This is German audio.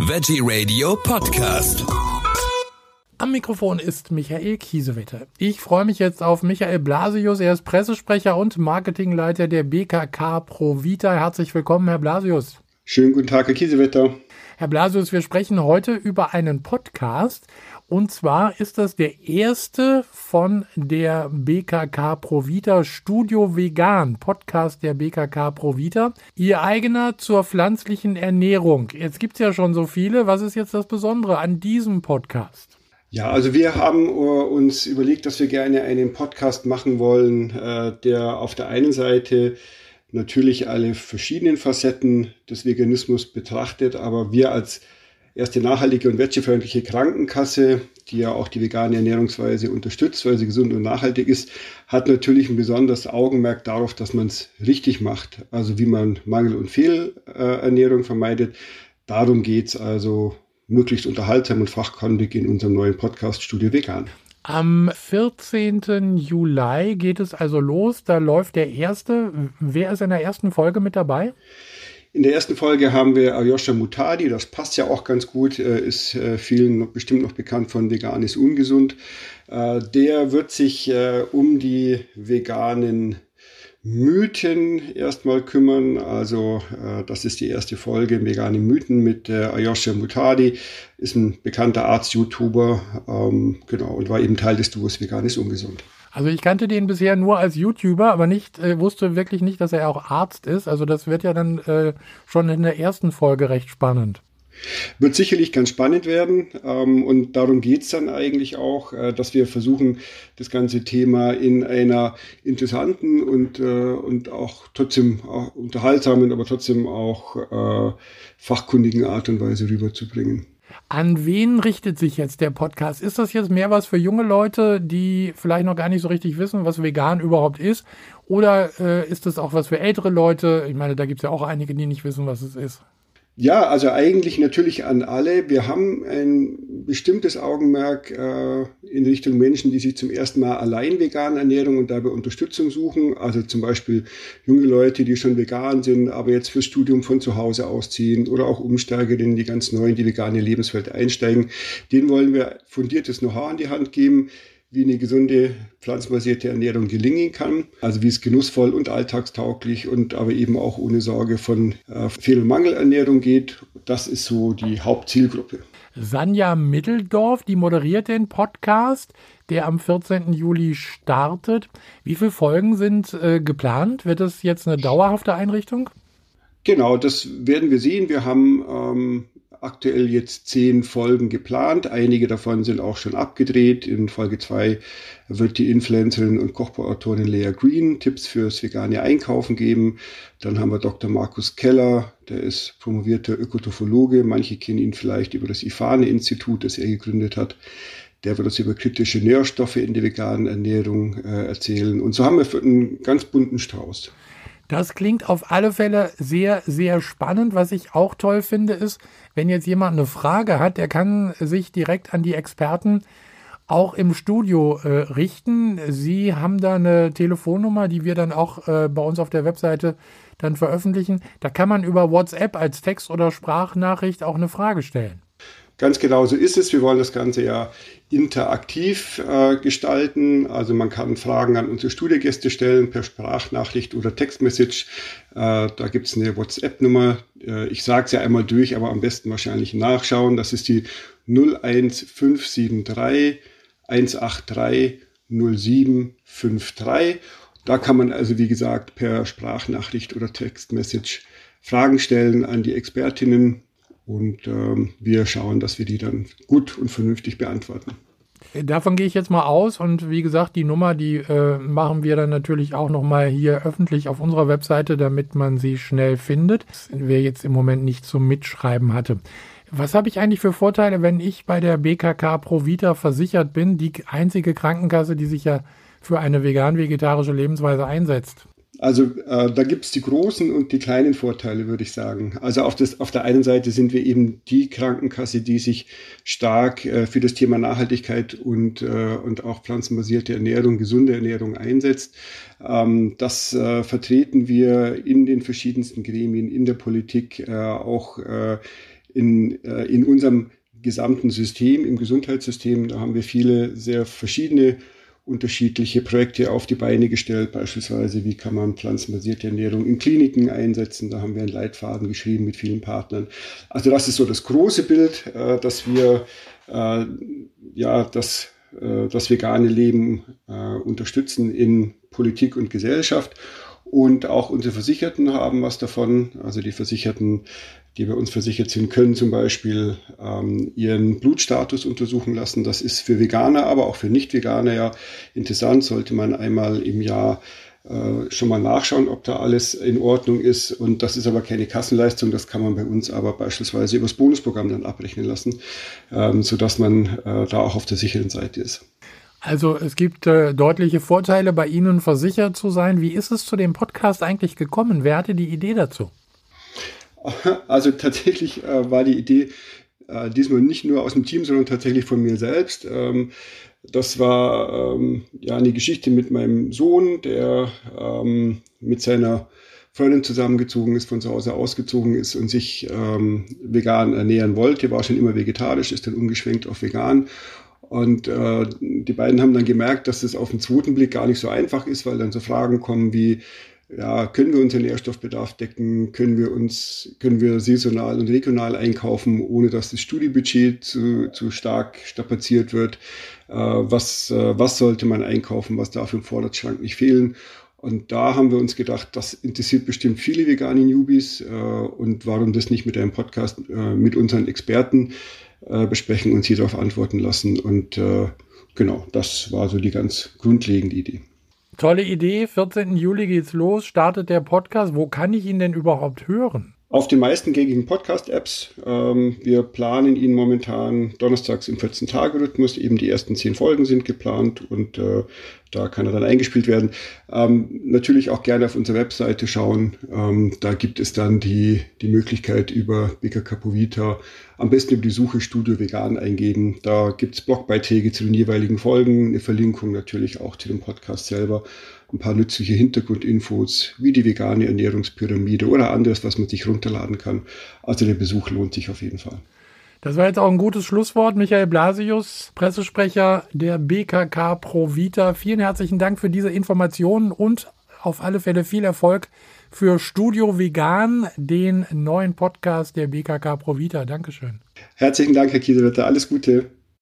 Veggie Radio Podcast. Am Mikrofon ist Michael Kiesewetter. Ich freue mich jetzt auf Michael Blasius. Er ist Pressesprecher und Marketingleiter der BKK ProVita. Herzlich willkommen, Herr Blasius. Schönen guten Tag, Herr Kiesewetter. Herr Blasius, wir sprechen heute über einen Podcast. Und zwar ist das der erste von der BKK ProVita, Studio Vegan, Podcast der BKK ProVita. Ihr eigener zur pflanzlichen Ernährung. Jetzt gibt es ja schon so viele. Was ist jetzt das Besondere an diesem Podcast? Ja, also wir haben uns überlegt, dass wir gerne einen Podcast machen wollen, der auf der einen Seite natürlich alle verschiedenen Facetten des Veganismus betrachtet, aber wir als erste nachhaltige und veggie-freundliche Krankenkasse, die ja auch die vegane Ernährungsweise unterstützt, weil sie gesund und nachhaltig ist, hat natürlich ein besonderes Augenmerk darauf, dass man es richtig macht. Also wie man Mangel- und Fehlernährung vermeidet. Darum geht's also möglichst unterhaltsam und fachkundig in unserem neuen Podcast Studio Vegan. Am 14. Juli geht es also los. Da läuft der erste. Wer ist in der ersten Folge mit dabei? In der ersten Folge haben wir Aljoscha Muhtadi, das passt ja auch ganz gut, ist vielen bestimmt noch bekannt von Vegan ist ungesund. Der wird sich um die veganen Mythen erstmal kümmern. Also das ist die erste Folge, vegane Mythen mit Aljoscha Muhtadi, ist ein bekannter Arzt-YouTuber, genau, und war eben Teil des Duos Vegan ist ungesund. Also ich kannte den bisher nur als YouTuber, aber wusste wirklich nicht, dass er auch Arzt ist. Also das wird ja dann schon in der ersten Folge recht spannend. Wird sicherlich ganz spannend werden und darum geht's dann eigentlich auch, dass wir versuchen, das ganze Thema in einer interessanten und auch trotzdem auch unterhaltsamen, aber trotzdem auch fachkundigen Art und Weise rüberzubringen. An wen richtet sich jetzt der Podcast? Ist das jetzt mehr was für junge Leute, die vielleicht noch gar nicht so richtig wissen, was vegan überhaupt ist? Oder ist das auch was für ältere Leute? Ich meine, da gibt es ja auch einige, die nicht wissen, was es ist. Ja, also eigentlich natürlich an alle. Wir haben ein bestimmtes Augenmerk in Richtung Menschen, die sich zum ersten Mal allein vegan ernähren und dabei Unterstützung suchen. Also zum Beispiel junge Leute, die schon vegan sind, aber jetzt fürs Studium von zu Hause ausziehen oder auch Umsteigerinnen, die ganz neu in die vegane Lebenswelt einsteigen. Denen wollen wir fundiertes Know-how an die Hand geben, wie eine gesunde pflanzenbasierte Ernährung gelingen kann. Also wie es genussvoll und alltagstauglich und aber eben auch ohne Sorge von Fehl- und Mangelernährung geht. Das ist so die Hauptzielgruppe. Sanja Mitteldorf, die moderiert den Podcast, der am 14. Juli startet. Wie viele Folgen sind geplant? Wird das jetzt eine dauerhafte Einrichtung? Genau, das werden wir sehen. Wir haben aktuell jetzt 10 Folgen geplant. Einige davon sind auch schon abgedreht. In Folge 2 wird die Influencerin und Kochbuchautorin Lea Green Tipps fürs vegane Einkaufen geben. Dann haben wir Dr. Markus Keller, der ist promovierter Ökotrophologe. Manche kennen ihn vielleicht über das IFANE-Institut, das er gegründet hat. Der wird uns über kritische Nährstoffe in der veganen Ernährung erzählen. Und so haben wir einen ganz bunten Strauß. Das klingt auf alle Fälle sehr, sehr spannend. Was ich auch toll finde, ist, wenn jetzt jemand eine Frage hat, der kann sich direkt an die Experten auch im Studio richten. Sie haben da eine Telefonnummer, die wir dann auch bei uns auf der Webseite dann veröffentlichen. Da kann man über WhatsApp als Text- oder Sprachnachricht auch eine Frage stellen. Ganz genau so ist es. Wir wollen das Ganze ja interaktiv gestalten. Also man kann Fragen an unsere Studiogäste stellen per Sprachnachricht oder Textmessage. Da gibt es eine WhatsApp-Nummer. Ich sage es ja einmal durch, aber am besten wahrscheinlich nachschauen. Das ist die 01573 183 0753. Da kann man also, wie gesagt, per Sprachnachricht oder Textmessage Fragen stellen an die Expertinnen. Und wir schauen, dass wir die dann gut und vernünftig beantworten. Davon gehe ich jetzt mal aus. Und wie gesagt, die Nummer, die machen wir dann natürlich auch nochmal hier öffentlich auf unserer Webseite, damit man sie schnell findet. Wer jetzt im Moment nicht zum Mitschreiben hatte. Was habe ich eigentlich für Vorteile, wenn ich bei der BKK ProVita versichert bin? Die einzige Krankenkasse, die sich ja für eine vegan-vegetarische Lebensweise einsetzt. Also da gibt es die großen und die kleinen Vorteile, würde ich sagen. Also auf der einen Seite sind wir eben die Krankenkasse, die sich stark für das Thema Nachhaltigkeit und auch pflanzenbasierte Ernährung, gesunde Ernährung einsetzt. Das vertreten wir in den verschiedensten Gremien, in der Politik, auch in unserem gesamten System, im Gesundheitssystem, da haben wir viele sehr verschiedene unterschiedliche Projekte auf die Beine gestellt, beispielsweise wie kann man pflanzenbasierte Ernährung in Kliniken einsetzen, da haben wir einen Leitfaden geschrieben mit vielen Partnern. Also das ist so das große Bild, dass wir das vegane Leben unterstützen in Politik und Gesellschaft. Und auch unsere Versicherten haben was davon. Also die Versicherten, die bei uns versichert sind, können zum Beispiel ihren Blutstatus untersuchen lassen. Das ist für Veganer, aber auch für Nicht-Veganer ja interessant. Sollte man einmal im Jahr schon mal nachschauen, ob da alles in Ordnung ist. Und das ist aber keine Kassenleistung. Das kann man bei uns aber beispielsweise über das Bonusprogramm dann abrechnen lassen, sodass man da auch auf der sicheren Seite ist. Also es gibt deutliche Vorteile, bei Ihnen versichert zu sein. Wie ist es zu dem Podcast eigentlich gekommen? Wer hatte die Idee dazu? Also tatsächlich war die Idee diesmal nicht nur aus dem Team, sondern tatsächlich von mir selbst. Das war eine Geschichte mit meinem Sohn, der mit seiner Freundin zusammengezogen ist, von zu Hause ausgezogen ist und sich vegan ernähren wollte. War schon immer vegetarisch, ist dann umgeschwenkt auf vegan. Und die beiden haben dann gemerkt, dass es auf den zweiten Blick gar nicht so einfach ist, weil dann so Fragen kommen wie, ja, können wir unseren Nährstoffbedarf decken? Können wir saisonal und regional einkaufen, ohne dass das Studiebudget zu stark strapaziert wird? Was sollte man einkaufen? Was darf im Vorratsschrank nicht fehlen? Und da haben wir uns gedacht, das interessiert bestimmt viele vegane Newbies. Und warum das nicht mit einem Podcast mit unseren Experten besprechen und sie darauf antworten lassen. Und genau, das war so die ganz grundlegende Idee. Tolle Idee, 14. Juli geht's los, startet der Podcast. Wo kann ich ihn denn überhaupt hören? Auf den meisten gängigen Podcast-Apps. Wir planen ihn momentan donnerstags im 14-Tage-Rhythmus. Eben die ersten 10 Folgen sind geplant und da kann er dann eingespielt werden. Natürlich auch gerne auf unserer Webseite schauen. Da gibt es dann die Möglichkeit über BKK Provita, am besten über die Suche Studio Vegan eingeben. Da gibt es Blogbeiträge zu den jeweiligen Folgen, eine Verlinkung natürlich auch zu dem Podcast selber, ein paar nützliche Hintergrundinfos, wie die vegane Ernährungspyramide oder anderes, was man sich runterladen kann. Also der Besuch lohnt sich auf jeden Fall. Das war jetzt auch ein gutes Schlusswort. Michael Blasius, Pressesprecher der BKK Provita. Vielen herzlichen Dank für diese Informationen und auf alle Fälle viel Erfolg für Studio Vegan, den neuen Podcast der BKK Provita. Dankeschön. Herzlichen Dank, Herr Kiesewetter. Alles Gute.